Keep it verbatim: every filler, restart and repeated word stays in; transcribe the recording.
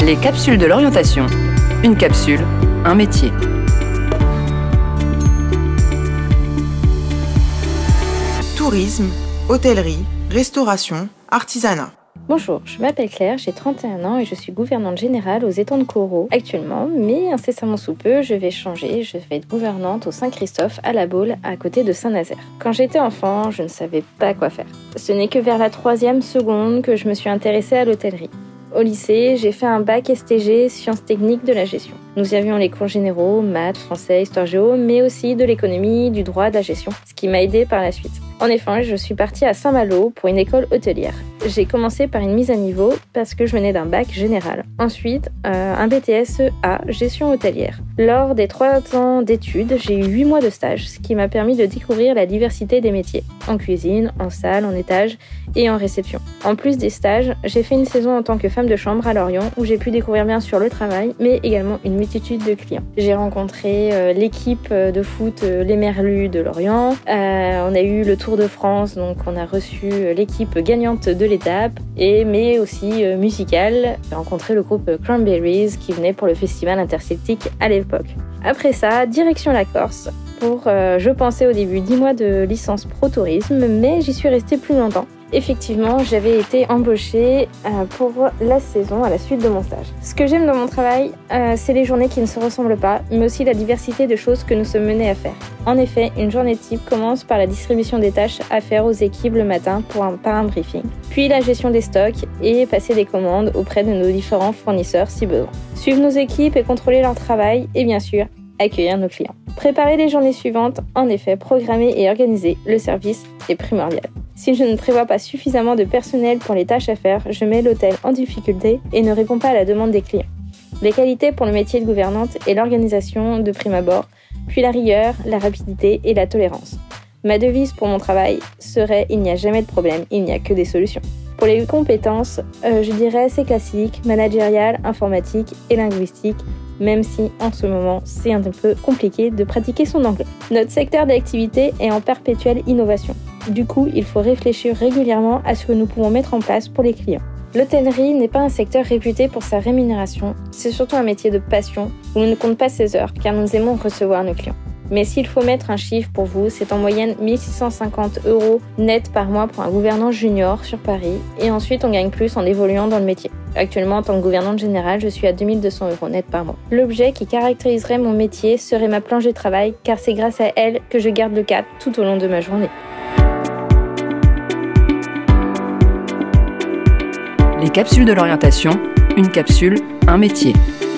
Les capsules de l'orientation. Une capsule, un métier. Tourisme, hôtellerie, restauration, artisanat. Bonjour, je m'appelle Claire, j'ai trente et un ans et je suis gouvernante générale aux étangs de Corot actuellement, mais incessamment sous peu, je vais changer, je vais être gouvernante au Saint-Christophe à La Baule, à côté de Saint-Nazaire. Quand j'étais enfant, je ne savais pas quoi faire. Ce n'est que vers la troisième seconde que je me suis intéressée à l'hôtellerie. Au lycée, j'ai fait un bac S T G, sciences techniques de la gestion. Nous avions les cours généraux, maths, français, histoire géo, mais aussi de l'économie, du droit, de la gestion, ce qui m'a aidée par la suite. En effet, je suis partie à Saint-Malo pour une école hôtelière. J'ai commencé par une mise à niveau parce que je venais d'un bac général. Ensuite, euh, un B T S E A, gestion hôtelière. Lors des trois ans d'études, j'ai eu huit mois de stage, ce qui m'a permis de découvrir la diversité des métiers, en cuisine, en salle, en étage et en réception. En plus des stages, j'ai fait une saison en tant que femme de chambre à Lorient, où j'ai pu découvrir bien sûr le travail, mais également une multitude de clients. J'ai rencontré euh, l'équipe de foot euh, Les Merlus de Lorient. Euh, on a eu le Tour de France, donc on a reçu l'équipe gagnante de l'étape, et mais aussi euh, musicale. J'ai rencontré le groupe Cranberries qui venait pour le festival interceltique à l'époque. Après ça, direction la Corse pour, euh, je pensais au début, dix mois de licence pro tourisme, mais j'y suis restée plus longtemps. Effectivement, j'avais été embauchée euh, pour la saison à la suite de mon stage. Ce que j'aime dans mon travail, euh, c'est les journées qui ne se ressemblent pas, mais aussi la diversité de choses que nous sommes menés à faire. En effet, une journée type commence par la distribution des tâches à faire aux équipes le matin pour un, par un briefing, puis la gestion des stocks et passer des commandes auprès de nos différents fournisseurs si besoin. Suivre nos équipes et contrôler leur travail et bien sûr, accueillir nos clients. Préparer les journées suivantes, en effet, programmer et organiser le service est primordial. Si je ne prévois pas suffisamment de personnel pour les tâches à faire, je mets l'hôtel en difficulté et ne réponds pas à la demande des clients. Les qualités pour le métier de gouvernante est l'organisation de prime abord, puis la rigueur, la rapidité et la tolérance. Ma devise pour mon travail serait « Il n'y a jamais de problème, il n'y a que des solutions ». Pour les compétences, euh, je dirais c'est classique, managérial, informatique et linguistique, même si en ce moment c'est un peu compliqué de pratiquer son anglais. Notre secteur d'activité est en perpétuelle innovation. Du coup, il faut réfléchir régulièrement à ce que nous pouvons mettre en place pour les clients. L'hôtellerie n'est pas un secteur réputé pour sa rémunération, c'est surtout un métier de passion où on ne compte pas ses heures car nous aimons recevoir nos clients. Mais s'il faut mettre un chiffre pour vous, c'est en moyenne mille six cent cinquante euros net par mois pour un gouvernant junior sur Paris, et ensuite on gagne plus en évoluant dans le métier. Actuellement, en tant que gouvernante générale, je suis à deux mille deux cents euros net par mois. L'objet qui caractériserait mon métier serait ma planche de travail, car c'est grâce à elle que je garde le cap tout au long de ma journée. Les capsules de l'orientation. Une capsule, un métier.